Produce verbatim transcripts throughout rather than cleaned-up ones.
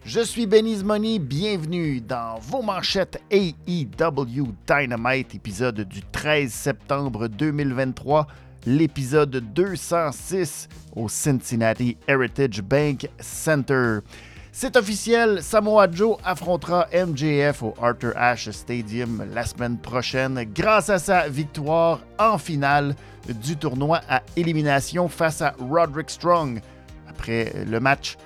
Je suis Benny Money, bienvenue dans vos manchettes A E W Dynamite, épisode du treize septembre deux mille vingt-trois, l'épisode deux cent six au Cincinnati Heritage Bank Center. C'est officiel, Samoa Joe affrontera M J F au Arthur Ashe Stadium la semaine prochaine grâce à sa victoire en finale du tournoi à élimination face à Roderick Strong. Après le match,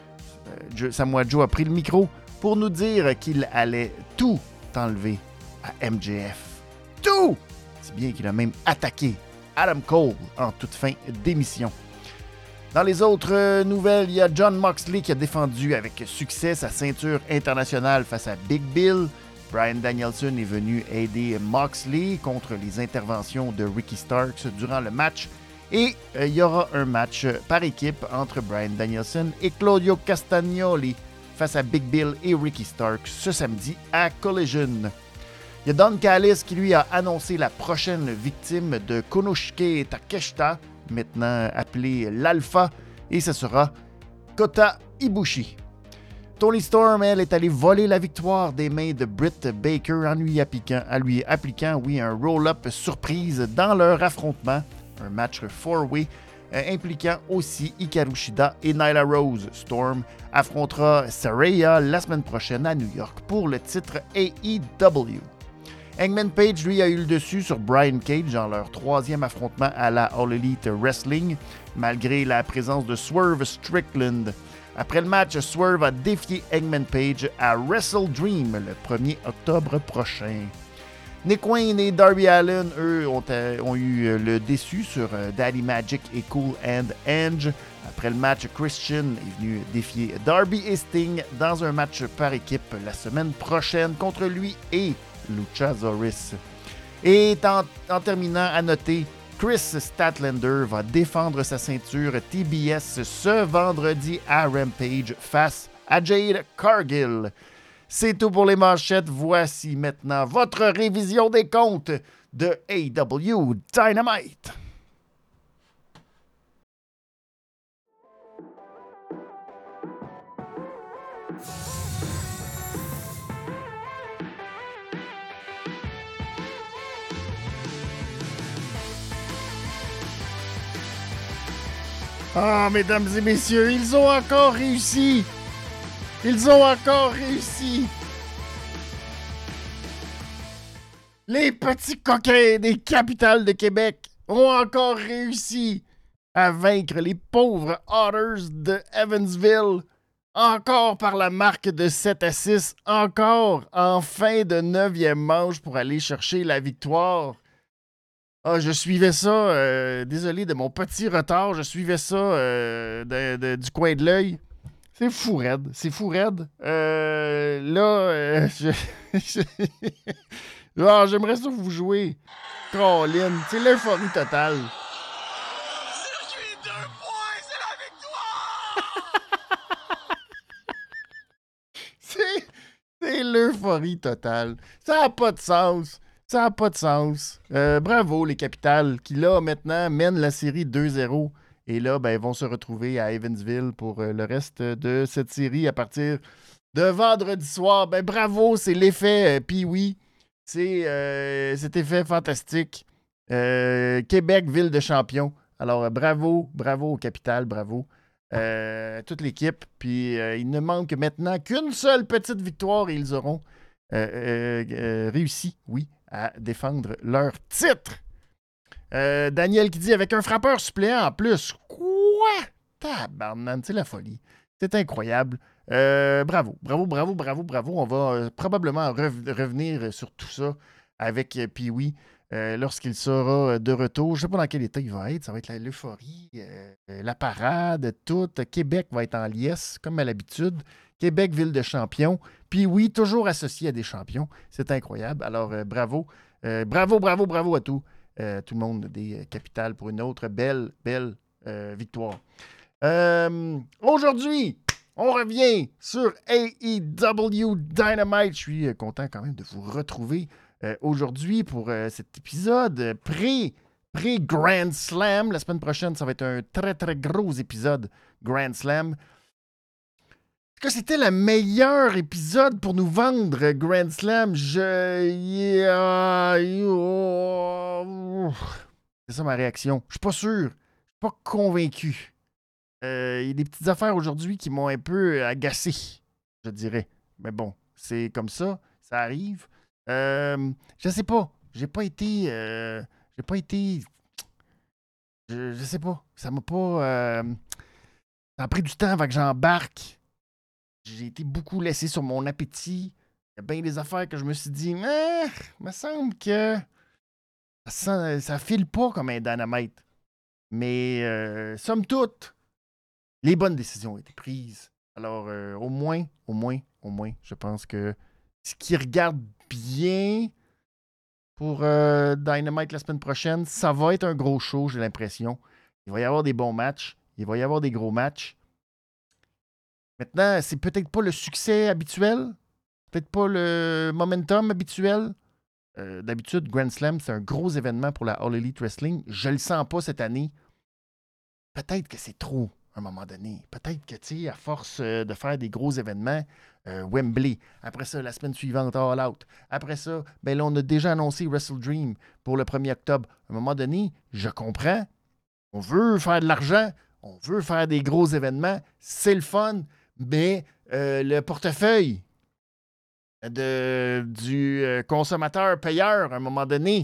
Samoa Joe a pris le micro pour nous dire qu'il allait tout enlever à M J F. Tout! C'est bien qu'il a même attaqué Adam Cole en toute fin d'émission. Dans les autres nouvelles, il y a Jon Moxley qui a défendu avec succès sa ceinture internationale face à Big Bill. Bryan Danielson est venu aider Moxley contre les interventions de Ricky Starks durant le match. Et euh, il y aura un match par équipe entre Bryan Danielson et Claudio Castagnoli face à Big Bill et Ricky Starks ce samedi à Collision. Il y a Don Callis qui lui a annoncé la prochaine victime de Konosuke Takeshita, maintenant appelé l'Alpha, et ce sera Kota Ibushi. Toni Storm, elle, est allée voler la victoire des mains de Britt Baker en lui appliquant, en lui appliquant oui, un roll-up surprise dans leur affrontement. Un match four-way euh, impliquant aussi Hikaru Shida et Nyla Rose. Storm affrontera Saraya la semaine prochaine à New York pour le titre A E W. Hangman Page, lui, a eu le dessus sur Brian Cage dans leur troisième affrontement à la All Elite Wrestling, malgré la présence de Swerve Strickland. Après le match, Swerve a défié Hangman Page à Wrestle Dream le premier octobre prochain. Nick Wayne et Darby Allin, eux, ont, euh, ont eu le déçu sur euh, Daddy Magic et Cool and Edge. Après le match, Christian est venu défier Darby et Sting dans un match par équipe la semaine prochaine contre lui et Luchasaurus. Et en, en terminant, à noter, Chris Statlander va défendre sa ceinture T B S ce vendredi à Rampage face à Jade Cargill. C'est tout pour les manchettes. Voici maintenant votre révision des comptes de A E W Dynamite. Ah, mesdames et messieurs, ils ont encore réussi! Ils ont encore réussi! Les petits coquins des capitales de Québec ont encore réussi à vaincre les pauvres Otters de Evansville, encore par la marque de sept à six, encore en fin de neuvième manche pour aller chercher la victoire. Ah, je suivais ça, euh, désolé de mon petit retard, je suivais ça euh, de, de, du coin de l'œil. C'est fou raide, c'est fou raide. Euh, là, euh, je, je, oh, j'aimerais ça vous jouer. Colin, c'est l'euphorie totale. Circuit deux points, c'est la victoire! c'est, c'est l'euphorie totale. Ça n'a pas de sens. Ça n'a pas de sens. Euh, bravo les Capitals qui, là, maintenant, mènent la série deux zéro. Et là, ben, ils vont se retrouver à Evansville pour euh, le reste de cette série à partir de vendredi soir. Ben, bravo, c'est l'effet euh, Pee-Wee. C'est euh, cet effet fantastique. Euh, Québec, ville de champion. Alors, euh, bravo, bravo aux Capitals, bravo. Euh, toute l'équipe. Puis, euh, il ne manque maintenant qu'une seule petite victoire et ils auront euh, euh, euh, réussi, oui, à défendre leur titre. Euh, Daniel qui dit avec un frappeur suppléant en plus. Quoi? Tabarnane, c'est la folie. C'est incroyable. Euh, bravo, bravo, bravo, bravo, bravo. On va euh, probablement rev- revenir sur tout ça avec euh, Pee-Wee euh, lorsqu'il sera de retour. Je ne sais pas dans quel état il va être. Ça va être la, l'euphorie, euh, la parade, tout. Québec va être en liesse, comme à l'habitude. Québec, ville de champions. Pee-Wee, toujours associé à des champions. C'est incroyable. Alors, euh, bravo. Euh, bravo, bravo, bravo à tout. Euh, tout le monde des Capitales pour une autre belle, belle euh, victoire. Euh, aujourd'hui, on revient sur A E W Dynamite. Je suis content quand même de vous retrouver euh, aujourd'hui pour euh, cet épisode pré, pré-Grand Slam. La semaine prochaine, ça va être un très, très gros épisode Grand Slam. que c'était le meilleur épisode pour nous vendre Grand Slam. Je... Yeah, yeah. C'est ça ma réaction. Je suis pas sûr. Je suis pas convaincu. Euh, Il y a des petites affaires aujourd'hui qui m'ont un peu agacé, je dirais. Mais bon, c'est comme ça. Ça arrive. Euh, je sais pas. J'ai pas été... euh, j'ai pas été... Je, je sais pas. Ça m'a pas... euh, ça a pris du temps avant que j'embarque. J'ai été beaucoup laissé sur mon appétit. Il y a bien des affaires que je me suis dit, mais il me semble que ça, sent- ça file pas comme un dynamite. Mais euh, somme toute, les bonnes décisions ont été prises. Alors, euh, au moins, au moins, au moins, je pense que ce qui regarde bien pour euh, Dynamite la semaine prochaine, ça va être un gros show, j'ai l'impression. Il va y avoir des bons matchs. Il va y avoir des gros matchs. Maintenant, c'est peut-être pas le succès habituel, peut-être pas le momentum habituel. Euh, d'habitude, Grand Slam, c'est un gros événement pour la All Elite Wrestling. Je le sens pas cette année. Peut-être que c'est trop à un moment donné. Peut-être que, tu sais, à force euh, de faire des gros événements, euh, Wembley, après ça, la semaine suivante, All Out. Après ça, ben là, on a déjà annoncé Wrestle Dream pour le premier octobre. À un moment donné, je comprends. On veut faire de l'argent. On veut faire des gros événements. C'est le fun. Mais euh, le portefeuille de, du euh, consommateur payeur, à un moment donné,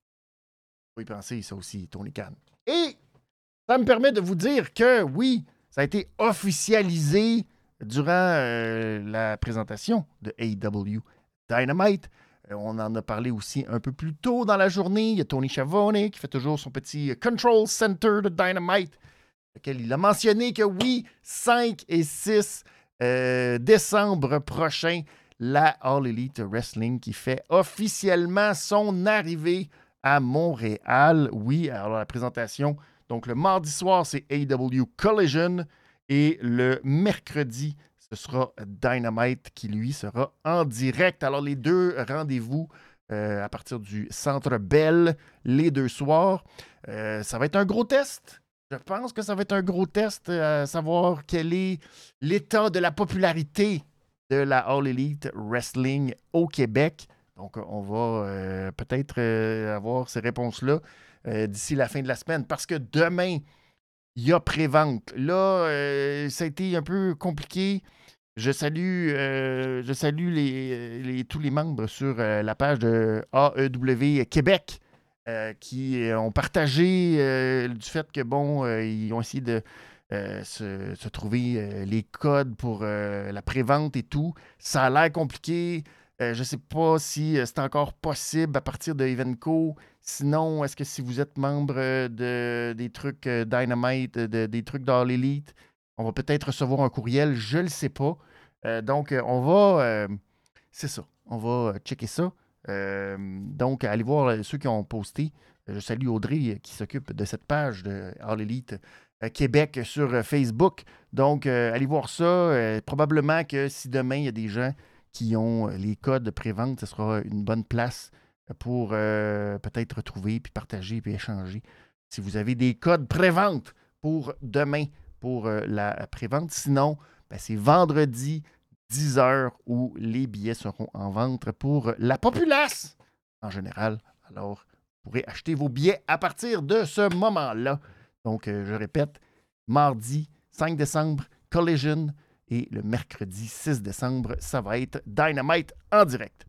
faut y penser, ça aussi, Tony Khan. Et ça me permet de vous dire que oui, ça a été officialisé durant euh, la présentation de A E W Dynamite. Euh, on en a parlé aussi un peu plus tôt dans la journée. Il y a Tony Schiavone qui fait toujours son petit Control Center de Dynamite, lequel il a mentionné que oui, cinq et six euh, décembre prochain, la All Elite Wrestling qui fait officiellement son arrivée à Montréal. Oui, alors la présentation, donc le mardi soir, c'est A E W Collision et le mercredi, ce sera Dynamite qui, lui, sera en direct. Alors les deux rendez-vous euh, à partir du Centre Bell, les deux soirs. Euh, ça va être un gros test. Je pense que ça va être un gros test à savoir quel est l'état de la popularité de la All Elite Wrestling au Québec. Donc, on va euh, peut-être euh, avoir ces réponses-là euh, d'ici la fin de la semaine. Parce que demain, il y a pré-vente. Là, euh, ça a été un peu compliqué. Je salue, euh, je salue les, les- tous les membres sur euh, la page de A E W Québec euh, qui euh, ont partagé euh, du fait que, bon, euh, ils ont essayé de euh, se, se trouver euh, les codes pour euh, la prévente et tout. Ça a l'air compliqué. Euh, je ne sais pas si euh, c'est encore possible à partir de Evenco. Sinon, est-ce que si vous êtes membre euh, de, des trucs euh, Dynamite, de- des trucs d'All Elite, on va peut-être recevoir un courriel, je ne le sais pas. Euh, donc, euh, on va... euh, c'est ça. On va euh, checker ça. Euh, donc, allez voir euh, ceux qui ont posté. Euh, Je salue Audrey euh, qui s'occupe de cette page de All Elite euh, Québec sur euh, Facebook. Donc, euh, allez voir ça. Euh, probablement que si demain, il y a des gens qui ont euh, les codes de prévente, ce sera une bonne place pour euh, peut-être retrouver, puis partager, puis échanger. Si vous avez des codes prévente pour demain, pour euh, la prévente. Sinon, ben, c'est vendredi, dix heures, où les billets seront en vente pour la populace en général. Alors, vous pourrez acheter vos billets à partir de ce moment-là. Donc, euh, je répète, mardi cinq décembre, Collision, et le mercredi six décembre, ça va être Dynamite en direct.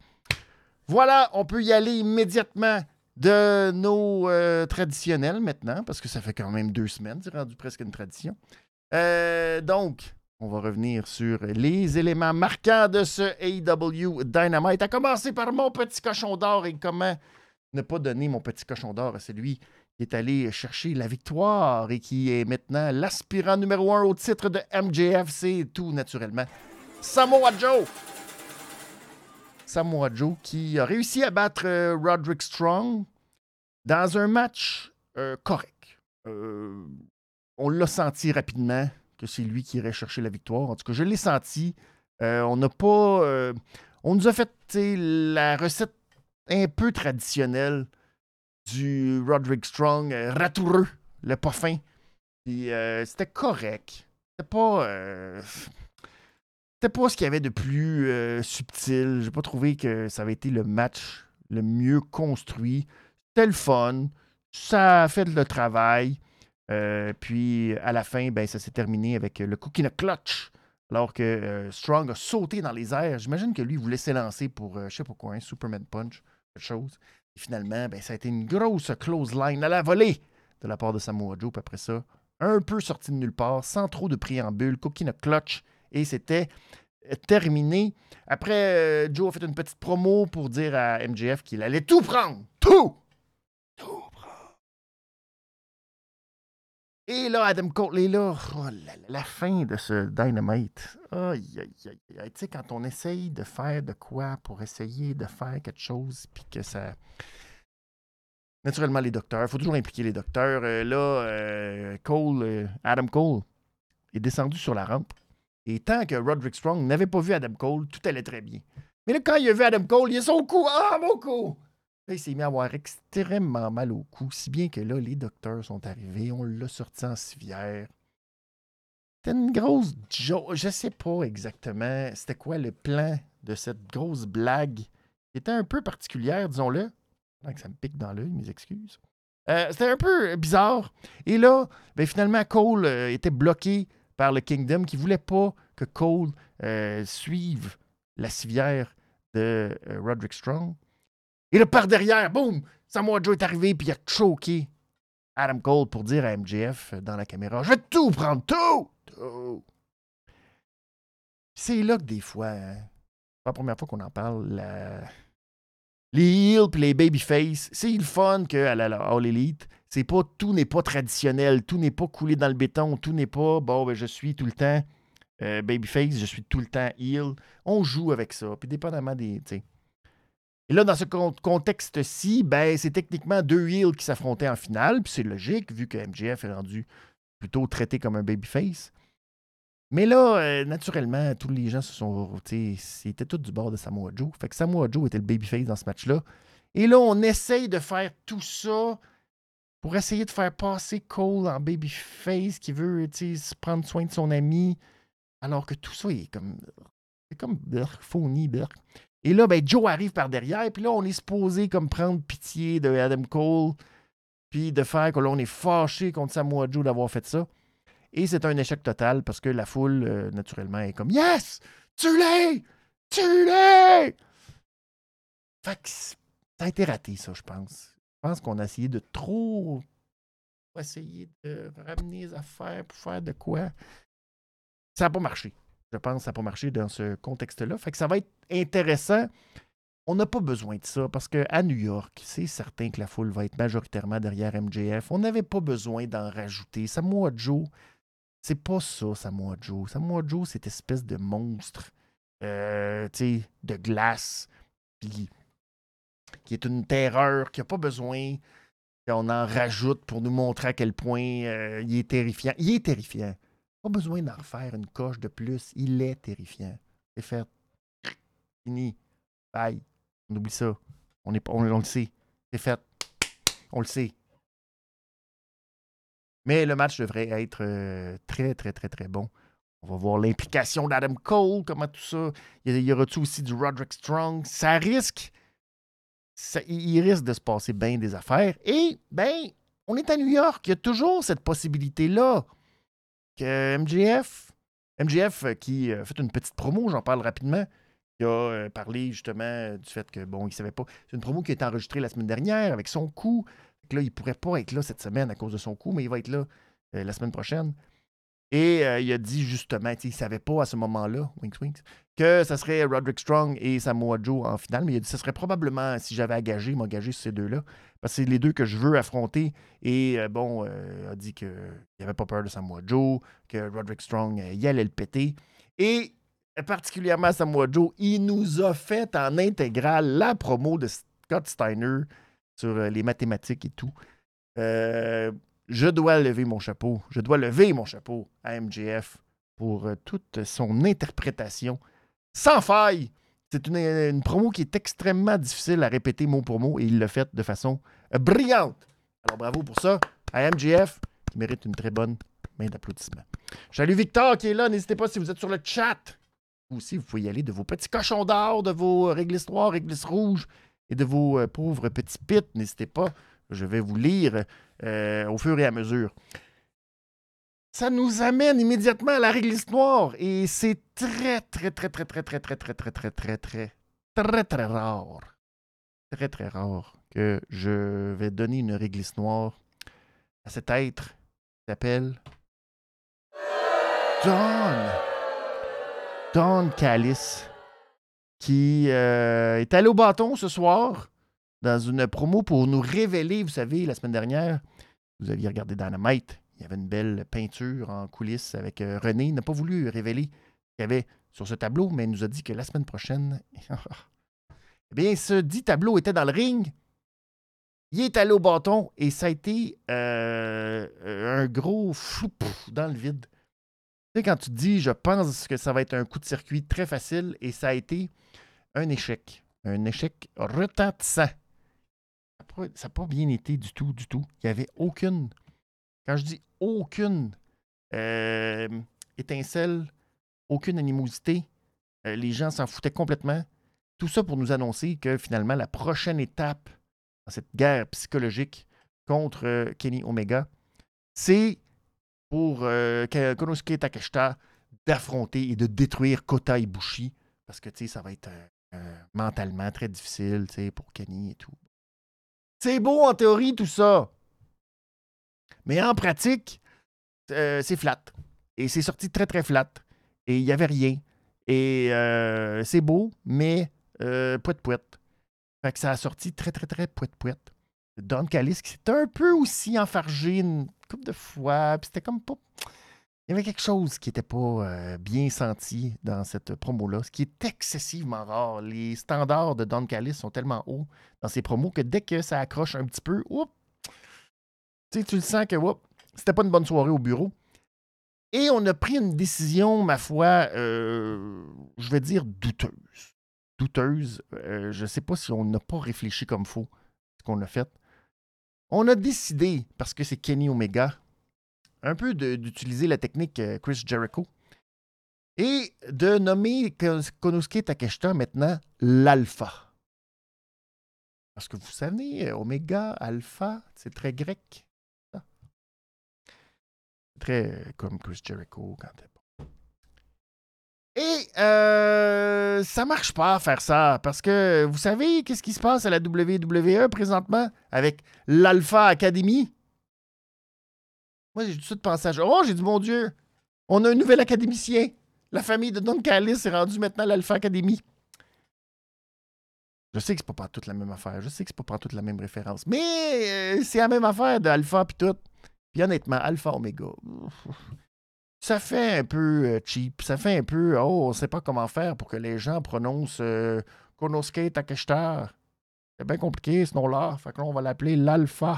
Voilà, on peut y aller immédiatement de nos euh, traditionnels maintenant, parce que ça fait quand même deux semaines, c'est rendu presque une tradition. Euh, donc, on va revenir sur les éléments marquants de ce A E W Dynamite, à commencer par mon petit cochon d'or et comment ne pas donner mon petit cochon d'or à celui qui est allé chercher la victoire et qui est maintenant l'aspirant numéro un au titre de M J F. C'est tout naturellement Samoa Joe. Samoa Joe qui a réussi à battre euh, Roderick Strong dans un match euh, correct. Euh, on l'a senti rapidement que c'est lui qui irait chercher la victoire. En tout cas, je l'ai senti. Euh, on n'a pas... euh, on nous a fait la recette un peu traditionnelle du Roderick Strong euh, ratoureux, le pas fin. Puis euh, c'était correct. C'était pas... euh, C'était pas ce qu'il y avait de plus euh, subtil. J'ai pas trouvé que ça avait été le match le mieux construit. C'était le fun. Ça a fait le travail. Euh, puis, à la fin, ben, ça s'est terminé avec le Coconut Clutch. Alors que euh, Strong a sauté dans les airs. J'imagine que lui, il voulait s'élancer pour, euh, je sais pas quoi, un Superman Punch, quelque chose. Et finalement, ben, ça a été une grosse close line à la volée de la part de Samoa Joe. Puis après ça, un peu sorti de nulle part, sans trop de préambule, Coconut Clutch. Et c'était terminé. Après, euh, Joe a fait une petite promo pour dire à M J F qu'il allait tout prendre. Tout! Tout prendre. Et là, Adam Cole est là. Oh, la, la fin de ce Dynamite. Aïe, aïe, aïe, aïe. Tu sais, quand on essaye de faire de quoi pour essayer de faire quelque chose, puis que ça... Naturellement, les docteurs. Il faut toujours impliquer les docteurs. Euh, là, euh, Cole, euh, Adam Cole est descendu sur la rampe. Et tant que Roderick Strong n'avait pas vu Adam Cole, tout allait très bien. Mais là, quand il a vu Adam Cole, il a son cou. Ah, mon cou! Là, il s'est mis à avoir extrêmement mal au cou, si bien que là, les docteurs sont arrivés. On l'a sorti en civière. C'était une grosse joke. Je sais pas exactement c'était quoi le plan de cette grosse blague. Qui était un peu particulière, disons-le. Ça me pique dans l'œil, mes excuses. Euh, c'était un peu bizarre. Et là, ben, finalement, Cole euh, était bloqué par le Kingdom qui ne voulait pas que Cole euh, suive la civière de euh, Roderick Strong. Et là, par derrière, boum, Samoa Joe est arrivé et il a choqué Adam Cole pour dire à M J F dans la caméra, « Je vais tout prendre, tout! Tout! » C'est là que des fois, hein, c'est pas la première fois qu'on en parle, la... les heels et les babyface, c'est le fun qu'à la, la All Elite, c'est pas, tout n'est pas traditionnel, tout n'est pas coulé dans le béton, tout n'est pas, bon, ben, je suis tout le temps euh, babyface, je suis tout le temps heel. On joue avec ça, puis dépendamment des, tu sais. Et là, dans ce con- contexte-ci, ben, c'est techniquement deux heels qui s'affrontaient en finale, puis c'est logique, vu que M J F est rendu plutôt traité comme un babyface. Mais là, euh, naturellement, tous les gens se sont, tu sais, c'était tout du bord de Samoa Joe. Fait que Samoa Joe était le babyface dans ce match-là. Et là, on essaye de faire tout ça pour essayer de faire passer Cole en babyface qui veut se prendre soin de son ami, alors que tout ça est comme c'est comme phony. Et là, ben, Joe arrive par derrière, puis là, on est supposé comme prendre pitié de Adam Cole, puis de faire que là, on est fâché contre Samoa Joe d'avoir fait ça. Et c'est un échec total parce que la foule, euh, naturellement, est comme « Yes! Tu l'es! Tu l'es! » Fait que ça a été raté, ça, je pense. Je pense qu'on a essayé de trop essayer de ramener les affaires pour faire de quoi. Ça n'a pas marché. Je pense que ça n'a pas marché dans ce contexte-là. Fait que ça va être intéressant. On n'a pas besoin de ça parce qu'à New York, c'est certain que la foule va être majoritairement derrière M J F. On n'avait pas besoin d'en rajouter. Samoa Joe, c'est pas ça, Samoa Joe. Samoa Joe, c'est cette espèce de monstre euh, de glace qui, qui est une terreur, qui n'a pas besoin qu'on en rajoute pour nous montrer à quel point euh, il est terrifiant. Il est terrifiant. Pas besoin d'en refaire une coche de plus. Il est terrifiant. C'est fait. Fini. Bye. On oublie ça. On, est, on, on le sait. C'est fait. On le sait. Mais le match devrait être euh, très, très, très, très bon. On va voir l'implication d'Adam Cole, comment tout ça. Il y aura-tu aussi du Roderick Strong? Ça risque. Ça, il risque de se passer bien des affaires. Et, ben, on est à New York. Il y a toujours cette possibilité-là que M J F, M J F qui a fait une petite promo, j'en parle rapidement, qui a parlé justement du fait que, bon, il ne savait pas. C'est une promo qui a été enregistrée la semaine dernière avec son coup. Là, il ne pourrait pas être là cette semaine à cause de son coup, mais il va être là euh, la semaine prochaine. Et euh, il a dit justement, il ne savait pas à ce moment-là, Winks Winks, que ça serait Roderick Strong et Samoa Joe en finale, mais il a dit que ce serait probablement, si j'avais à gager, m'engager sur ces deux-là, parce que c'est les deux que je veux affronter. Et euh, bon, euh, a dit qu'il n'avait pas peur de Samoa Joe, que Roderick Strong, euh, il allait le péter. Et particulièrement Samoa Joe, il nous a fait en intégrale la promo de Scott Steiner sur euh, les mathématiques et tout. Euh, je dois lever mon chapeau. Je dois lever mon chapeau à M J F pour euh, toute son interprétation sans faille. C'est une, une promo qui est extrêmement difficile à répéter mot pour mot et il l'a fait de façon euh, brillante. Alors bravo pour ça à M J F qui mérite une très bonne main d'applaudissement. Salut Victor qui est là. N'hésitez pas si vous êtes sur le chat. Vous aussi, vous pouvez y aller de vos petits cochons d'or, de vos réglisses noires, réglisses rouges et de vos euh, pauvres petits pits. N'hésitez pas, je vais vous lire euh, au fur et à mesure. Ça nous amène immédiatement à la réglisse noire et c'est très, très, très, très, très, très, très, très, très, très, très, très, très, très rare. Très, très rare que je vais donner une réglisse noire à cet être qui s'appelle Don. Don Callis, qui euh, est allé au bâton ce soir dans une promo pour nous révéler, vous savez, la semaine dernière, vous aviez regardé Dynamite, il y avait une belle peinture en coulisses avec euh, René. Il n'a pas voulu révéler ce qu'il y avait sur ce tableau, mais il nous a dit que la semaine prochaine, eh bien, ce dit tableau était dans le ring. Il est allé au bâton et ça a été euh, un gros flou dans le vide. Tu sais, quand tu te dis, je pense que ça va être un coup de circuit très facile, et ça a été un échec. Un échec retentissant. Ça n'a pas bien été du tout, du tout. Il n'y avait aucune, quand je dis aucune euh, étincelle, aucune animosité. Euh, les gens s'en foutaient complètement. Tout ça pour nous annoncer que finalement, la prochaine étape dans cette guerre psychologique contre euh, Kenny Omega, c'est pour euh, Konosuke Takeshita d'affronter et de détruire Kota Ibushi. Parce que, tu sais, ça va être euh, euh, mentalement très difficile, tu sais, pour Kenny et tout. C'est beau en théorie, tout ça. Mais en pratique, euh, c'est flat. Et c'est sorti très, très flat. Et il n'y avait rien. Et euh, c'est beau, mais euh, pouette-pouette. Fait que ça a sorti très, très, très pouette-pouette. Don Callis qui s'est un peu aussi enfargé une couple de fois. Puis c'était comme pas... Il y avait quelque chose qui n'était pas euh, bien senti dans cette promo-là, ce qui est excessivement rare. Les standards de Don Callis sont tellement hauts dans ces promos que dès que ça accroche un petit peu, oups, tu sais, tu le sens que oups, c'était pas une bonne soirée au bureau. Et on a pris une décision, ma foi, euh, je vais dire douteuse. Douteuse. Euh, je ne sais pas si on n'a pas réfléchi comme il faut ce qu'on a fait. On a décidé, parce que c'est Kenny Omega, un peu de, d'utiliser la technique euh, Chris Jericho et de nommer Konosuke Takeshita maintenant l'Alpha. Parce que vous savez, Omega, Alpha, c'est très grec. Ça. C'est très euh, comme Chris Jericho quand t'es bon. Et euh, ça marche pas faire ça, parce que vous savez qu'est-ce qui se passe à la W W E présentement avec l'Alpha Academy? Moi, j'ai tout de suite pensé à... Oh, j'ai dit, mon Dieu, on a un nouvel académicien. La famille de Don Callis est rendue maintenant à l'Alpha Academy. Je sais que c'est pas toute la même affaire. Je sais que c'est pas toute la même référence. Mais euh, c'est la même affaire d'Alpha puis tout. Puis honnêtement, Alpha Omega, ça fait un peu euh, cheap. Ça fait un peu... Oh, on sait pas comment faire pour que les gens prononcent euh, Konosuke Takeshita. C'est bien compliqué ce nom-là. Fait que là, on va l'appeler l'Alpha.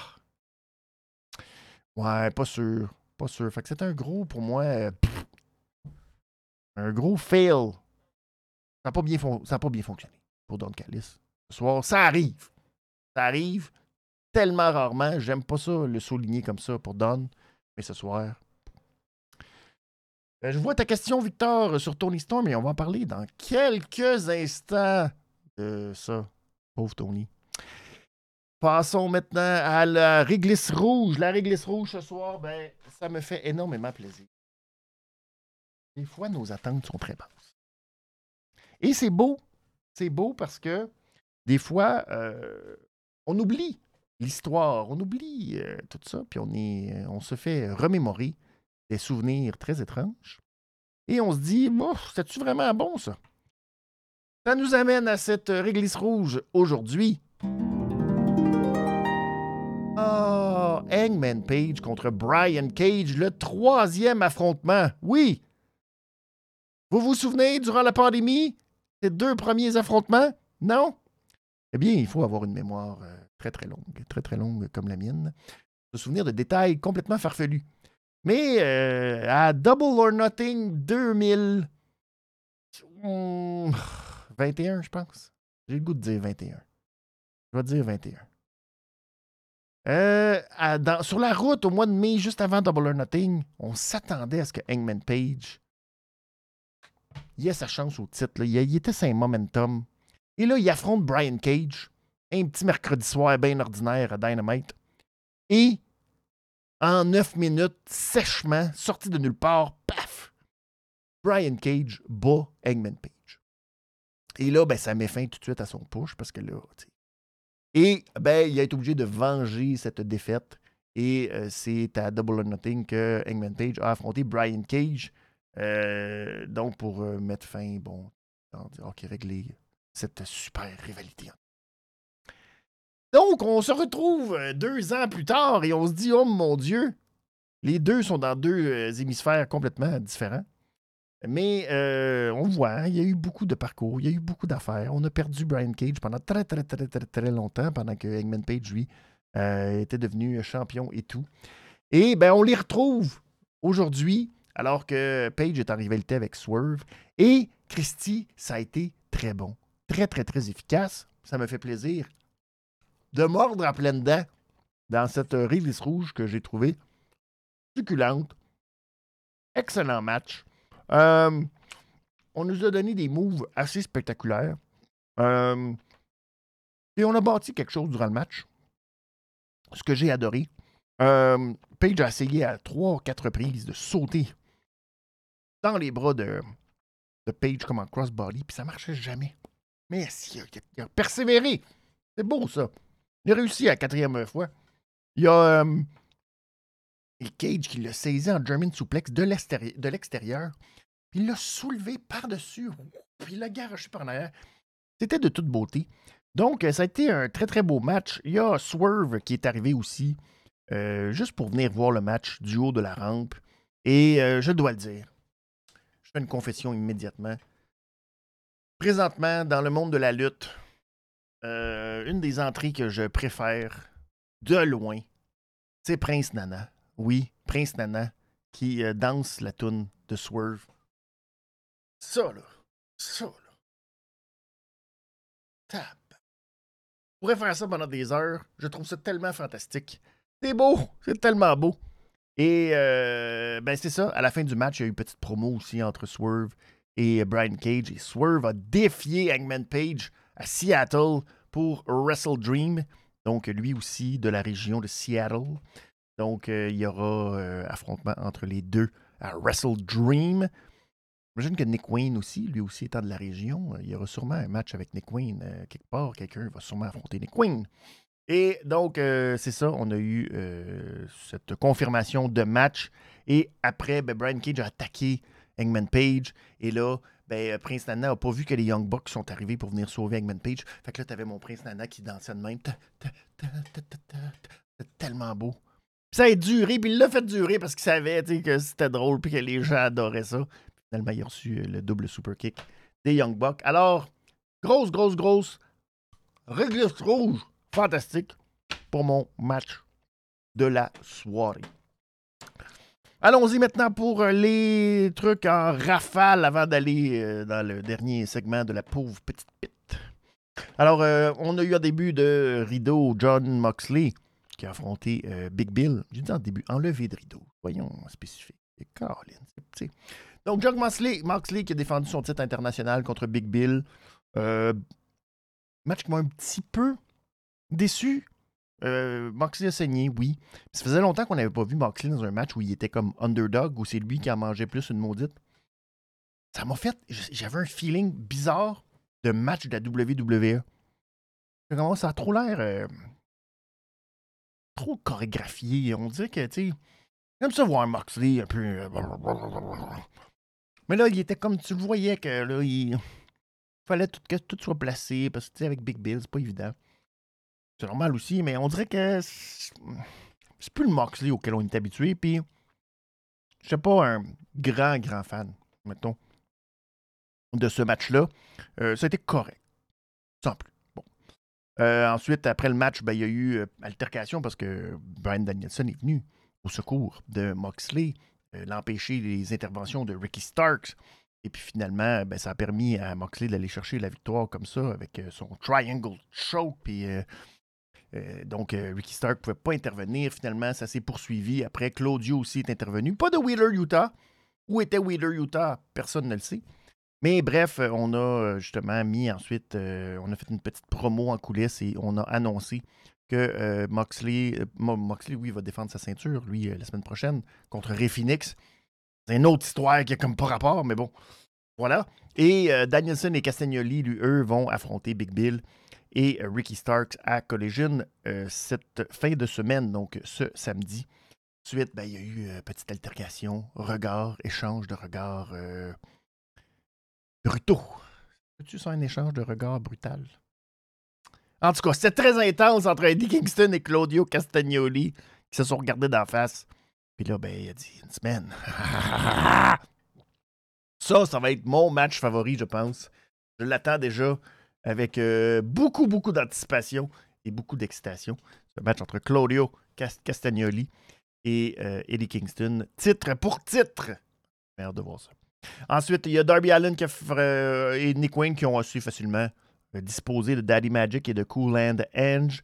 Ouais, pas sûr. Pas sûr. Fait que c'est un gros, pour moi, euh, pff, un gros fail. Ça n'a pas, bien fon- ça a pas bien fonctionné pour Don Callis. Ce soir, ça arrive. Ça arrive tellement rarement. J'aime pas ça, le souligner comme ça pour Don. Mais ce soir... Euh, je vois ta question, Victor, sur Tony Storm, et on va en parler dans quelques instants de ça. Pauvre Tony. Passons maintenant à la réglisse rouge. La réglisse rouge ce soir, ben, ça me fait énormément plaisir. Des fois, nos attentes sont très basses. Et c'est beau. C'est beau parce que des fois, euh, on oublie l'histoire, on oublie euh, tout ça, puis on, est, on se fait remémorer des souvenirs très étranges. Et on se dit, bon, c'est-tu vraiment bon, ça? Ça nous amène à cette réglisse rouge aujourd'hui. Ah, oh, Hangman Page contre Brian Cage, le troisième affrontement. Oui! Vous vous souvenez, durant la pandémie, ces deux premiers affrontements? Non? Eh bien, il faut avoir une mémoire euh, très, très longue, très, très longue comme la mienne, se souvenir de détails complètement farfelus. Mais euh, à Double or Nothing deux mille vingt et un, je pense. J'ai le goût de dire vingt et un. Je vais dire vingt et un. Euh, à, dans, sur la route, au mois de mai, juste avant Double or Nothing, on s'attendait à ce que Hangman Page il a sa chance au titre. Là. Il, il était sur un momentum. Et là, il affronte Brian Cage, un petit mercredi soir bien ordinaire à Dynamite. Et en neuf minutes, sèchement, sorti de nulle part, paf! Brian Cage bat Hangman Page. Et là, ben, ça met fin tout de suite à son push parce que là, tu sais. Et ben, il a été obligé de venger cette défaite. Et euh, c'est à Double or Nothing que Hangman Page a affronté Brian Cage. Euh, donc, pour euh, mettre fin, bon, ok, régler cette super rivalité. Donc, on se retrouve deux ans plus tard et on se dit, oh mon Dieu, les deux sont dans deux euh, hémisphères complètement différents. Mais euh, on voit, hein, il y a eu beaucoup de parcours, il y a eu beaucoup d'affaires. On a perdu Brian Cage pendant très, très, très, très, très longtemps, pendant que Hangman Page, lui, euh, était devenu champion et tout. Et ben, on les retrouve aujourd'hui, alors que Page est en rivalité avec Swerve. Et Christy, ça a été très bon. Très, très, très efficace. Ça me fait plaisir de mordre à pleines dents dans cette release rouge que j'ai trouvée succulente. Excellent match. Euh, on nous a donné des moves assez spectaculaires. Euh, et on a bâti quelque chose durant le match. Ce que j'ai adoré. Euh, Page a essayé à trois ou quatre reprises de sauter dans les bras de, de Page comme en crossbody, puis ça marchait jamais. Mais il a, il a persévéré. C'est beau, ça. Il a réussi à la quatrième fois. Il y a euh, Cage qui l'a saisi en German suplex de l'extérieur, de l'extérieur. Puis il l'a soulevé par-dessus, puis il l'a garoché par en arrière. C'était de toute beauté. Donc, ça a été un très, très beau match. Il y a Swerve qui est arrivé aussi, euh, juste pour venir voir le match du haut de la rampe. Et euh, je dois le dire, je fais une confession immédiatement. Présentement, dans le monde de la lutte, euh, une des entrées que je préfère, de loin, c'est Prince Nana. Oui, Prince Nana, qui euh, danse la toune de Swerve. Ça, là. Ça, là. Tab. Je pourrais faire ça pendant des heures. Je trouve ça tellement fantastique. C'est beau. C'est tellement beau. Et, euh, ben, c'est ça. À la fin du match, il y a eu une petite promo aussi entre Swerve et Brian Cage. Et Swerve a défié Hangman Page à Seattle pour Wrestle Dream. Donc, lui aussi, de la région de Seattle. Donc, euh, il y aura euh, affrontement entre les deux à Wrestle Dream. J'imagine que Nick Wayne aussi, lui aussi étant de la région, il y aura sûrement un match avec Nick Wayne. Euh, quelque part, quelqu'un va sûrement affronter Nick Wayne. Et donc, euh, c'est ça, on a eu euh, cette confirmation de match. Et après, ben, Brian Cage a attaqué Hangman Page. Et là, ben, Prince Nana n'a pas vu que les Young Bucks sont arrivés pour venir sauver Hangman Page. Fait que là, t'avais mon Prince Nana qui dansait de même. C'était tellement beau. Ça a duré, puis il l'a fait durer parce qu'il savait que c'était drôle puis que les gens adoraient ça. Finalement, il a reçu le double super kick des Young Bucks. Alors, grosse, grosse, grosse réglisse rouge fantastique pour mon match de la soirée. Allons-y maintenant pour les trucs en rafale avant d'aller dans le dernier segment de la pauvre petite pite. Alors, euh, on a eu un début de rideau John Moxley qui a affronté euh, Big Bill. J'ai dit en début, enlevé de rideau. Voyons, spécifique. Et Caroline, c'est... Donc, John Moxley, Moxley qui a défendu son titre international contre Big Bill. Euh, match qui m'a un petit peu déçu. Euh, Moxley a saigné, oui. Ça faisait longtemps qu'on n'avait pas vu Moxley dans un match où il était comme underdog, où c'est lui qui en mangeait plus une maudite. Ça m'a fait... J'avais un feeling bizarre de match de la W W E. Ça a trop l'air... Euh, trop chorégraphié. On dirait que, tu sais... J'aime ça voir Moxley un peu... Mais là, il était comme... Tu le voyais que là, il... fallait tout, que tout soit placé, parce que, tu sais, avec Big Bill, c'est pas évident. C'est normal aussi, mais on dirait que c'est, c'est plus le Moxley auquel on est habitué, puis je suis pas un grand, grand fan, mettons, de ce match-là. Euh, ça a été correct, sans plus. Bon. Euh, ensuite, après le match, ben, il y a eu euh, altercation parce que Bryan Danielson est venu au secours de Moxley, euh, l'empêcher les interventions de Ricky Starks. Et puis finalement, ben, ça a permis à Moxley d'aller chercher la victoire comme ça avec euh, son Triangle Choke. Puis, euh, euh, donc, euh, Ricky Stark ne pouvait pas intervenir. Finalement, ça s'est poursuivi. Après, Claudio aussi est intervenu. Pas de Wheeler Utah. Où était Wheeler Utah? Personne ne le sait. Mais bref, on a justement mis ensuite, euh, on a fait une petite promo en coulisses et on a annoncé que euh, Moxley, euh, Moxley, oui, va défendre sa ceinture, lui, euh, la semaine prochaine, contre Rey Fénix. C'est une autre histoire qui a comme pas rapport, mais bon, voilà. Et euh, Danielson et Castagnoli, lui, eux, vont affronter Big Bill et euh, Ricky Starks à Collision euh, cette fin de semaine, donc ce samedi. Ensuite, ben, il y a eu euh, petite altercation, regard, échange de regards euh, brutaux. Peux-tu ça un échange de regards brutal? En tout cas, c'était très intense entre Eddie Kingston et Claudio Castagnoli qui se sont regardés d'en face. Puis là, ben, il a dit une semaine. Ça, ça va être mon match favori, je pense. Je l'attends déjà avec euh, beaucoup, beaucoup d'anticipation et beaucoup d'excitation. C'est un match entre Claudio Castagnoli et euh, Eddie Kingston. Titre pour titre. J'ai hâte de voir ça. Ensuite, il y a Darby Allin qui a, euh, et Nick Wayne qui ont aussi facilement euh, disposé de Daddy Magic et de Cool Hand Edge.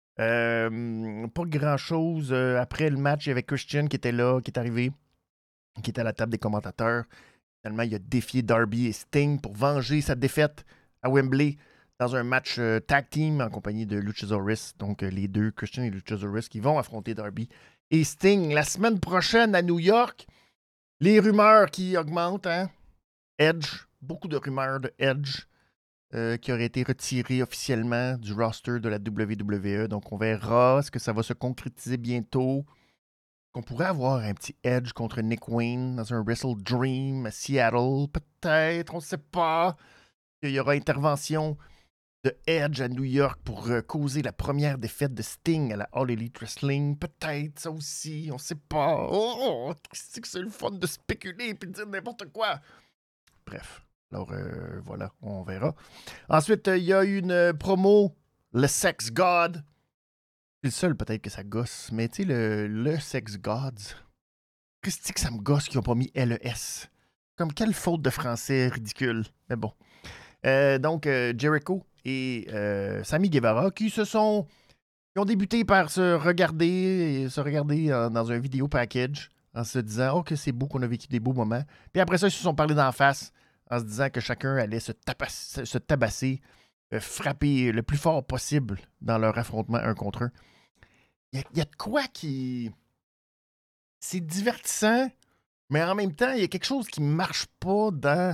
Euh, pas grand-chose. Euh, après le match, il y avait Christian qui était là, qui est arrivé, qui était à la table des commentateurs. Finalement, il a défié Darby et Sting pour venger sa défaite à Wembley dans un match euh, tag team en compagnie de Luchasaurus. Donc, euh, les deux, Christian et Luchasaurus, qui vont affronter Darby et Sting la semaine prochaine à New York. Les rumeurs qui augmentent, hein? Edge, beaucoup de rumeurs de Edge euh, qui aurait été retiré officiellement du roster de la W W E. Donc, on verra. Est-ce que ça va se concrétiser bientôt? Qu'on pourrait avoir un petit Edge contre Nick Wayne dans un Wrestle Dream à Seattle, peut-être, on ne sait pas. Il y aura intervention de Edge à New York pour euh, causer la première défaite de Sting à la All Elite Wrestling, peut-être, ça aussi, on ne sait pas. Oh, c'est que c'est le fun de spéculer et de dire n'importe quoi. Bref, alors euh, voilà, on verra. Ensuite, il y a une promo, le Sex God. C'est le seul peut-être que ça gosse, mais tu sais, le, le Sex Gods, Christy que ça me gosse qu'ils n'ont pas mis L E S. Comme quelle faute de français ridicule. Mais bon. Euh, donc, euh, Jericho et euh, Sammy Guevara qui se sont... Qui ont débuté par se regarder et se regarder euh, dans un vidéo package en se disant « Oh, que c'est beau qu'on a vécu des beaux moments. » Puis après ça, ils se sont parlé d'en face en se disant que chacun allait se, tapas- se tabasser, euh, frapper le plus fort possible dans leur affrontement un contre un. Il y, y a de quoi qui... C'est divertissant, mais en même temps, il y a quelque chose qui marche pas dans...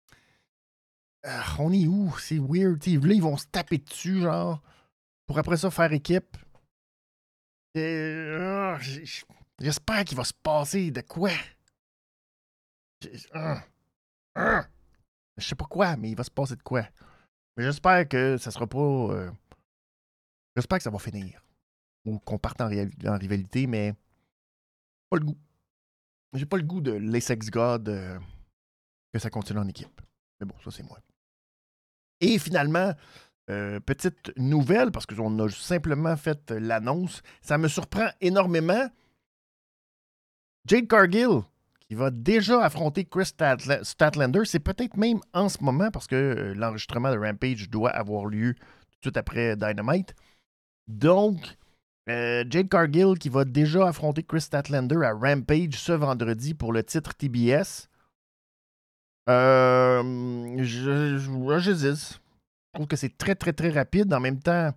Euh, on est où? C'est weird. T'sais, là, ils vont se taper dessus, genre, pour après ça faire équipe. Et, euh, j'espère qu'il va se passer de quoi. Euh, euh, je sais pas quoi, mais il va se passer de quoi. Mais j'espère que ça sera pas... Euh, j'espère que ça va finir. Ou qu'on parte en, réal- en rivalité, mais pas le goût. J'ai pas le goût de l'Essex God euh, que ça continue en équipe. Mais bon, ça, c'est moi. Et finalement, euh, petite nouvelle, parce qu'on a simplement fait l'annonce, ça me surprend énormément. Jade Cargill, qui va déjà affronter Chris Statla- Statlander, c'est peut-être même en ce moment, parce que euh, l'enregistrement de Rampage doit avoir lieu tout de suite après Dynamite. Donc, euh, Jade Cargill qui va déjà affronter Chris Statlander à Rampage ce vendredi pour le titre T B S. Euh, je, je, j'hésite. Je trouve que c'est très, très, très rapide. En même temps,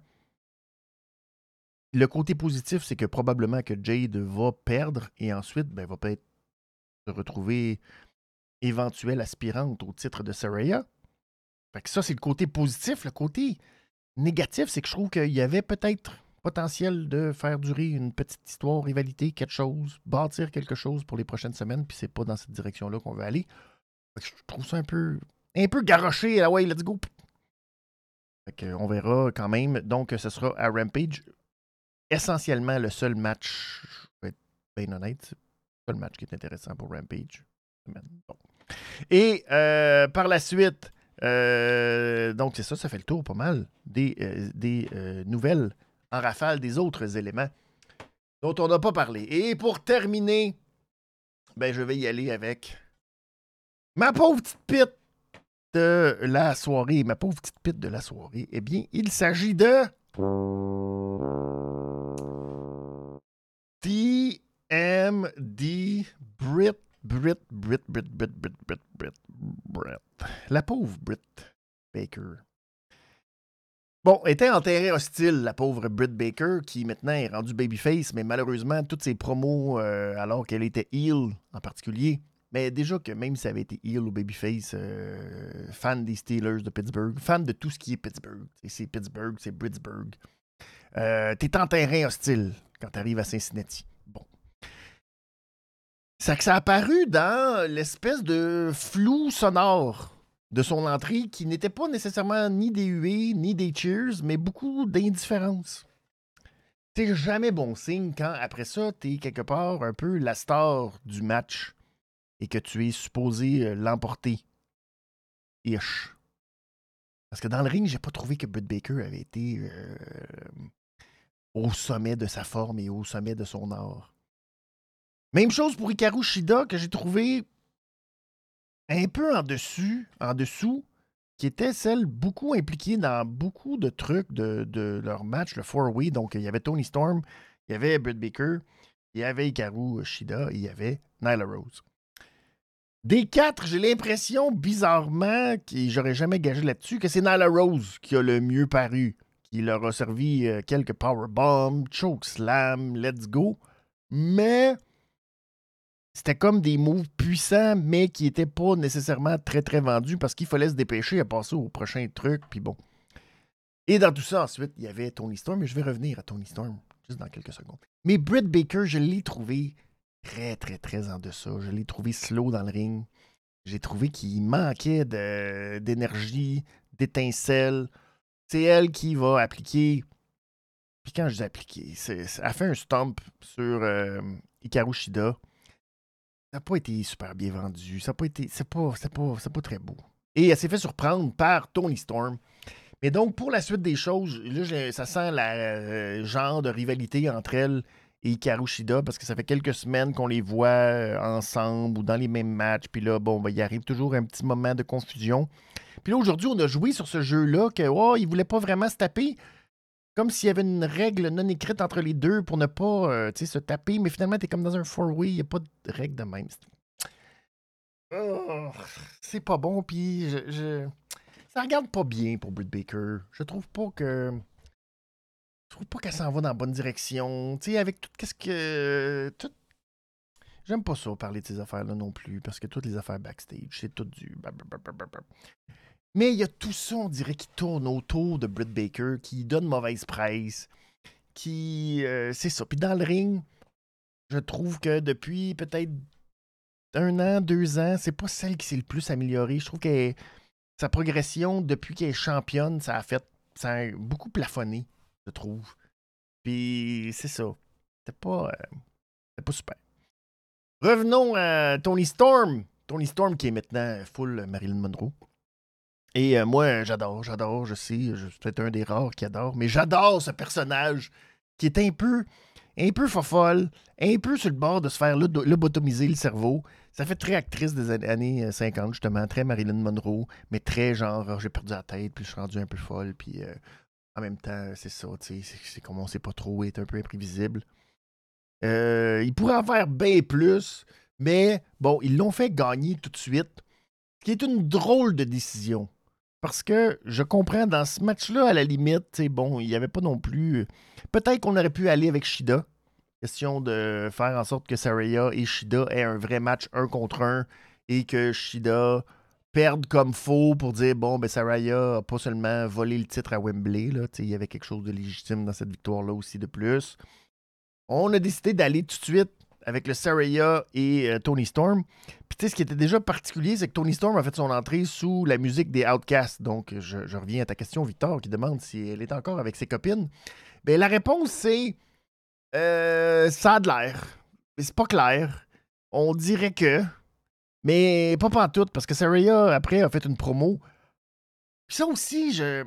le côté positif, c'est que probablement que Jade va perdre et ensuite, ben, va peut-être se retrouver éventuelle aspirante au titre de Saraya. Fait que ça, c'est le côté positif. Le côté négatif, c'est que je trouve qu'il y avait peut-être potentiel de faire durer une petite histoire, rivalité, quelque chose, bâtir quelque chose pour les prochaines semaines, puis c'est pas dans cette direction-là qu'on veut aller. Fait que je trouve ça un peu, un peu garoché. Ah ouais, let's go! Fait que on verra quand même. Donc, ce sera à Rampage. Essentiellement, le seul match, je vais être bien honnête, c'est le seul match qui est intéressant pour Rampage. Bon. Et euh, par la suite, euh, donc c'est ça, ça fait le tour pas mal des, euh, des euh, nouvelles en rafale des autres éléments dont on n'a pas parlé. Et pour terminer, ben, je vais y aller avec ma pauvre petite pite de la soirée. Ma pauvre petite pite de la soirée, eh bien, il s'agit de D M D Brit, Brit, Brit, Brit, Brit, Brit, Brit, Brit, Brit. la pauvre Britt Baker. Bon, était en terrain hostile, la pauvre Britt Baker, qui maintenant est rendue babyface, mais malheureusement, toutes ses promos, euh, alors qu'elle était heel en particulier, mais déjà que même si elle avait été heel ou babyface, euh, fan des Steelers de Pittsburgh, fan de tout ce qui est Pittsburgh, c'est Pittsburgh, c'est Brittsburg, euh, t'es en terrain hostile quand t'arrives à Cincinnati. Bon. C'est que ça a apparu dans l'espèce de flou sonore de son entrée qui n'était pas nécessairement ni des huées, ni des cheers, mais beaucoup d'indifférence. C'est jamais bon signe quand, après ça, t'es quelque part un peu la star du match et que tu es supposé l'emporter. Ish. Parce que dans le ring, j'ai pas trouvé que Britt Baker avait été euh, au sommet de sa forme et au sommet de son art. Même chose pour Hikaru Shida, que j'ai trouvé un peu en dessus, en dessous, qui était celle beaucoup impliquée dans beaucoup de trucs de, de leur match, le four-way. Donc, il y avait Toni Storm, il y avait Britt Baker, il y avait Hikaru Shida, il y avait Nyla Rose. Des quatre, j'ai l'impression, bizarrement, et j'aurais jamais gagé là-dessus, que c'est Nyla Rose qui a le mieux paru, qui leur a servi euh, quelques powerbombs, chokeslam, let's go. Mais c'était comme des moves puissants, mais qui n'étaient pas nécessairement très, très vendus parce qu'il fallait se dépêcher à passer au prochain truc, puis bon. Et dans tout ça, ensuite, il y avait Toni Storm, mais je vais revenir à Toni Storm juste dans quelques secondes. Mais Britt Baker, je l'ai trouvé très, très, très en deçà. Je l'ai trouvé slow dans le ring. J'ai trouvé qu'il manquait de, d'énergie, d'étincelle. C'est elle qui va appliquer. Puis quand je dis appliquer, c'est, c'est, elle fait un stomp sur euh, Hikaru Shida. Ça n'a pas été super bien vendu. Ça n'a pas été. C'est pas, c'est pas, c'est pas très beau. Et elle s'est fait surprendre par Toni Storm. Mais donc, pour la suite des choses, là, je- ça sent le euh, genre de rivalité entre elle et Hikaru Shida parce que ça fait quelques semaines qu'on les voit euh, ensemble ou dans les mêmes matchs. Puis là, bon, ben, il arrive toujours un petit moment de confusion. Puis là, aujourd'hui, on a joué sur ce jeu-là que, oh, ils voulaient pas vraiment se taper. Comme s'il y avait une règle non écrite entre les deux pour ne pas euh, tu sais, se taper. Mais finalement, t'es comme dans un four-way. Il n'y a pas de règle de même. Oh, c'est pas bon. Puis je, je- ça regarde pas bien pour Britt Baker. Je trouve pas que. Je trouve pas qu'elle s'en va dans la bonne direction. Tu sais, avec tout qu'est-ce que. Tout... J'aime pas ça, parler de ces affaires-là non plus, parce que toutes les affaires backstage, c'est tout du. Mais il y a tout ça, on dirait, qui tourne autour de Britt Baker, qui donne mauvaise presse, qui. euh, c'est ça. Puis dans le ring, je trouve que depuis peut-être un an, deux ans, c'est pas celle qui s'est le plus améliorée. Je trouve que sa progression depuis qu'elle est championne, ça a fait. Ça a beaucoup plafonné, je trouve. Puis c'est ça. C'était pas, euh, c'était pas super. Revenons à Toni Storm. Toni Storm qui est maintenant full Marilyn Monroe. Et euh, moi, j'adore, j'adore, je sais, je suis peut-être un des rares qui adore, mais j'adore ce personnage qui est un peu, un peu fofolle, un peu sur le bord de se faire lobo- lobotomiser le cerveau. Ça fait très actrice des an- années cinquante, justement, très Marilyn Monroe, mais très genre, oh, j'ai perdu la tête, puis je suis rendu un peu folle, puis euh, en même temps, c'est ça, tu sais, c'est, c'est comme on sait pas trop, est un peu imprévisible. Euh, il pourrait en faire bien plus, mais bon, ils l'ont fait gagner tout de suite, ce qui est une drôle de décision. Parce que je comprends, dans ce match-là, à la limite, tu sais, bon, il n'y avait pas non plus. Peut-être qu'on aurait pu aller avec Shida. Question de faire en sorte que Saraya et Shida aient un vrai match un contre un et que Shida perde comme faux pour dire bon, ben Saraya a pas seulement volé le titre à Wembley, là, tu sais, il y avait quelque chose de légitime dans cette victoire-là aussi de plus. On a décidé d'aller tout de suite avec le Saraya et euh, Toni Storm. Puis tu sais, ce qui était déjà particulier, c'est que Toni Storm a fait son entrée sous la musique des Outcasts. Donc, je, je reviens à ta question, Victor, qui demande si elle est encore avec ses copines. Bien, la réponse, c'est euh, ça a de l'air. Mais c'est pas clair. On dirait que. Mais pas pantoute, parce que Saraya, après, a fait une promo. Puis ça aussi, je.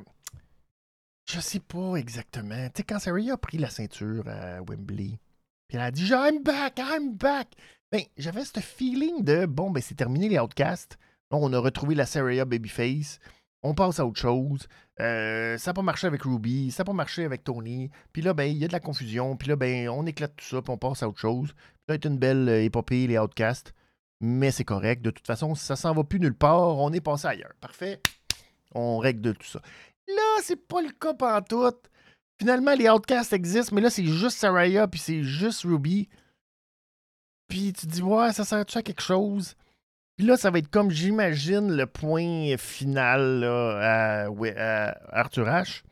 Je sais pas exactement. Tu sais, quand Saraya a pris la ceinture à Wembley, puis elle a dit I'm back, I'm back. Ben, j'avais ce feeling de bon, ben c'est terminé les Outcasts. Là, on a retrouvé la Saraya Babyface. On passe à autre chose. Euh, ça n'a pas marché avec Ruby, ça n'a pas marché avec Tony. Puis là, ben, il y a de la confusion. Puis là, ben, on éclate tout ça, puis on passe à autre chose. Puis là, c'est une belle euh, épopée, les Outcasts. mais c'est correct. De toute façon, ça s'en va plus nulle part. On est passé ailleurs. Parfait. On règle de tout ça. Là, c'est pas le cas pantoute. Finalement, les Outcasts existent, mais là, c'est juste Saraya, puis c'est juste Ruby. Puis tu te dis, ouais, ça sert-tu à quelque chose? Puis là, ça va être comme, j'imagine, le point final là, à, ouais, à Arthur Ashe.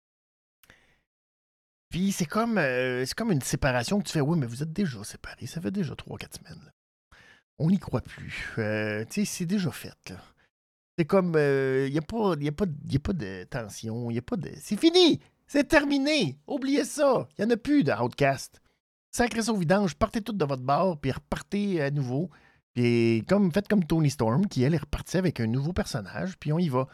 Puis c'est comme, euh, c'est comme une séparation que tu fais, oui, mais vous êtes déjà séparés. Ça fait déjà trois quatre semaines. Là. On n'y croit plus. Euh, tu sais, c'est déjà fait. Là. C'est comme, il euh, n'y a, pas, y a, pas, y a pas de tension. Y a pas de... C'est fini! C'est terminé! Oubliez ça! Il n'y en a plus de Outcast. Sacrez ça au vidange, partez toutes de votre bar, puis repartez à nouveau. Puis comme, faites comme Tony Storm, qui elle est repartie avec un nouveau personnage, puis on y va.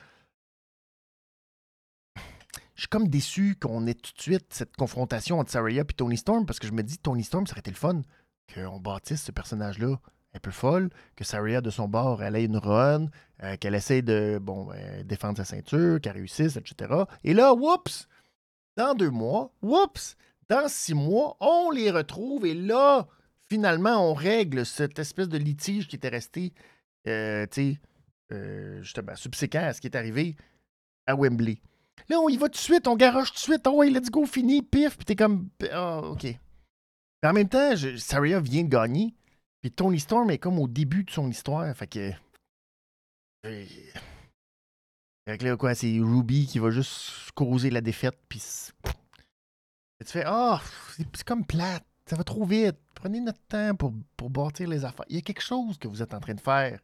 Je suis comme déçu qu'on ait tout de suite cette confrontation entre Saraya et Tony Storm, parce que je me dis, Tony Storm, ça aurait été le fun qu'on bâtisse ce personnage-là un peu folle, que Saraya, de son bord, elle ait une run, euh, qu'elle essaie de bon, euh, défendre sa ceinture, qu'elle réussisse, et cetera. Et là, whoops! Dans deux mois, whoops! Dans six mois, on les retrouve et là, finalement, on règle cette espèce de litige qui était resté, euh, tu sais, euh, justement, subséquent à ce qui est arrivé à Wembley. Là, on y va tout de suite, on garoche tout de suite. Oh, ouais, let's go, fini, pif. Puis t'es comme, ah, oh, OK. Mais en même temps, je, Saraya vient de gagner. Puis Tony Storm est comme au début de son histoire. Fait que. Euh, fait que là, quoi, c'est Ruby qui va juste causer la défaite. Puis. Et tu fais, ah, oh, c'est, c'est comme plate. Ça va trop vite. Prenez notre temps pour, pour bâtir les affaires. Il y a quelque chose que vous êtes en train de faire.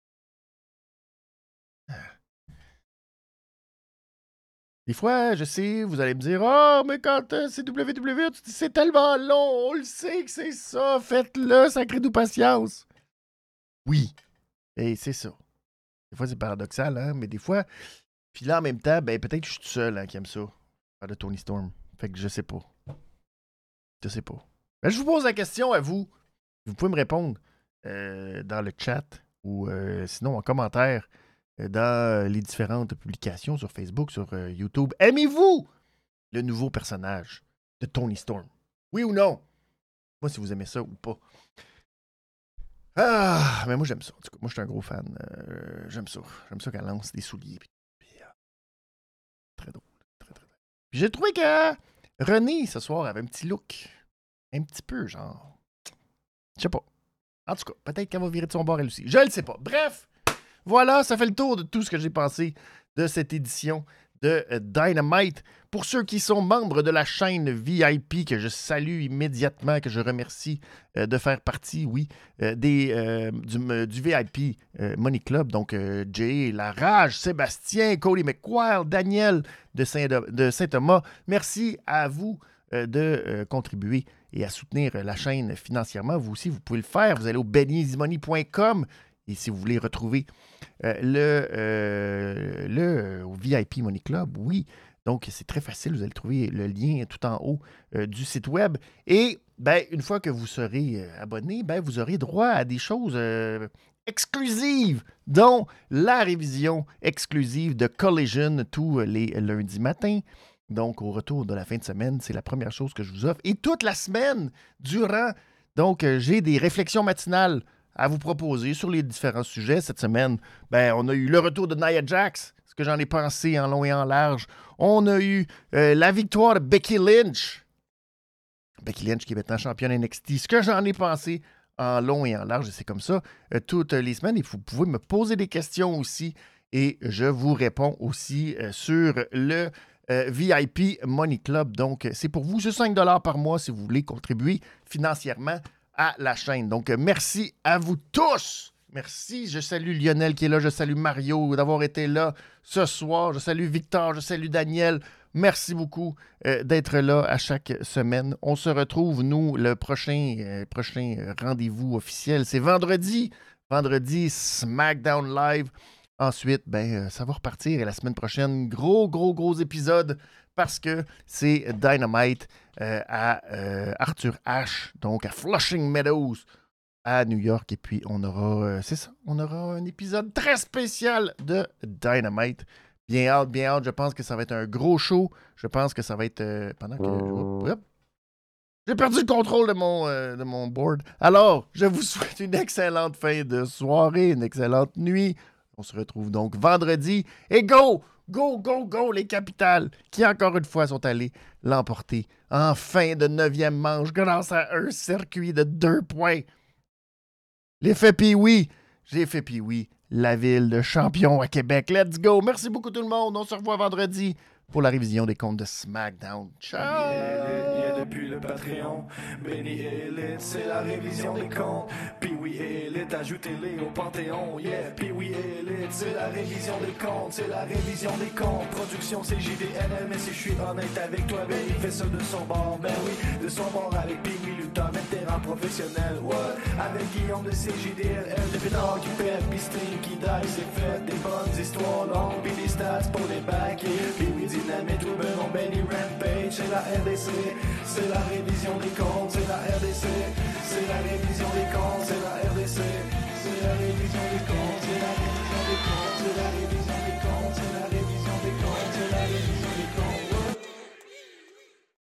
Des fois, je sais, vous allez me dire, ah, oh, mais quand euh, c'est W W E, tu dis, c'est tellement long, on le sait que c'est ça, faites-le, sacré-nous patience. Oui, et c'est ça. Des fois, c'est paradoxal, hein, mais des fois, puis là, en même temps, ben peut-être que je suis tout seul hein, qui aime ça, faire de Tony Storm. Fait que je sais pas. Je sais pas. Ben, je vous pose la question à vous. Vous pouvez me répondre euh, dans le chat ou euh, sinon en commentaire dans les différentes publications sur Facebook, sur euh, YouTube. Aimez-vous le nouveau personnage de Tony Storm? Oui ou non? Moi, si vous aimez ça ou pas. Ah, mais moi, j'aime ça. En tout cas, moi, je suis un gros fan. Euh, j'aime ça. J'aime ça qu'elle lance des souliers. Puis, puis, euh, très drôle. Très, très, très. Puis j'ai trouvé que René, ce soir, avait un petit look. Un petit peu, genre... Je sais pas. En tout cas, peut-être qu'elle va virer de son bord, elle aussi. Je le sais pas. Bref! Voilà, ça fait le tour de tout ce que j'ai pensé de cette édition de Dynamite. Pour ceux qui sont membres de la chaîne V I P, que je salue immédiatement, que je remercie euh, de faire partie, oui, euh, des, euh, du, du V I P euh, Money Club. Donc, euh, Jay, La Rage, Sébastien, Cody McQuire, Daniel de, Saint de Saint-Thomas. Merci à vous euh, de euh, contribuer et à soutenir la chaîne financièrement. Vous aussi, vous pouvez le faire. Vous allez au benny easy money point com. Et si vous voulez retrouver euh, le, euh, le euh, V I P Money Club, oui. Donc, c'est très facile. Vous allez trouver le lien tout en haut euh, du site web. Et ben, une fois que vous serez euh, abonné, ben, vous aurez droit à des choses euh, exclusives, dont la révision exclusive de Collision tous les lundis matins. Donc, au retour de la fin de semaine, c'est la première chose que je vous offre. Et toute la semaine, durant, donc, euh, j'ai des réflexions matinales à vous proposer sur les différents sujets. Cette semaine, ben, on a eu le retour de Nia Jax, ce que j'en ai pensé en long et en large. On a eu euh, la victoire de Becky Lynch. Becky Lynch qui est maintenant championne N X T. Ce que j'en ai pensé en long et en large, et c'est comme ça euh, toutes les semaines. Et vous pouvez me poser des questions aussi et je vous réponds aussi euh, sur le euh, V I P Money Club. Donc, c'est pour vous, c'est cinq dollars par mois si vous voulez contribuer financièrement à la chaîne. Donc, merci à vous tous. Merci. Je salue Lionel qui est là. Je salue Mario d'avoir été là ce soir. Je salue Victor. Je salue Daniel. Merci beaucoup euh, d'être là à chaque semaine. On se retrouve, nous, le prochain, euh, prochain rendez-vous officiel. C'est vendredi. Vendredi, SmackDown Live. Ensuite, ben, ça va repartir. Et la semaine prochaine, gros, gros, gros épisode parce que c'est Dynamite euh, à euh, Arthur Ashe, donc à Flushing Meadows, à New York. Et puis, on aura, euh, c'est ça, on aura un épisode très spécial de Dynamite. Bien hâte, bien hâte. Je pense que ça va être un gros show. Je pense que ça va être euh, pendant que... Hop, hop. J'ai perdu le contrôle de mon, euh, de mon board. Alors, je vous souhaite une excellente fin de soirée, une excellente nuit. On se retrouve donc vendredi. Et go! Go, go, go, les Capitals, qui encore une fois sont allés l'emporter en fin de neuvième manche grâce à un circuit de deux points. L'effet Pee-Wee. J'ai fait Pee-Wee, la ville de champion à Québec. Let's go! Merci beaucoup tout le monde. On se revoit vendredi pour la révision des comptes de SmackDown. Ciao! Depuis le Patreon, Benny Elite, c'est la révision des comptes. Pee-Wee Elite, ajoutez-les au Panthéon. Yeah, Pee-Wee Elite, c'est la révision des comptes, c'est la révision des comptes. Production C J D N M, mais si je suis honnête avec toi, ben il fait ça de son bord. Ben oui, de son bord avec Pee-Wee, lutteur, vétéran professionnel. What? Avec Guillaume de C J D L M, des pétards qui pètent, pis stream qui die, c'est fait. Des bonnes histoires longues, pis des stats pour les bacs. Pee-Wee Dynamite, Ruben, Benny Rampage, c'est la R D C. C'est la révision des comptes, c'est la R D C. C'est la révision des comptes, c'est la R D C. C'est la révision des comptes, c'est la révision des comptes, c'est la révision.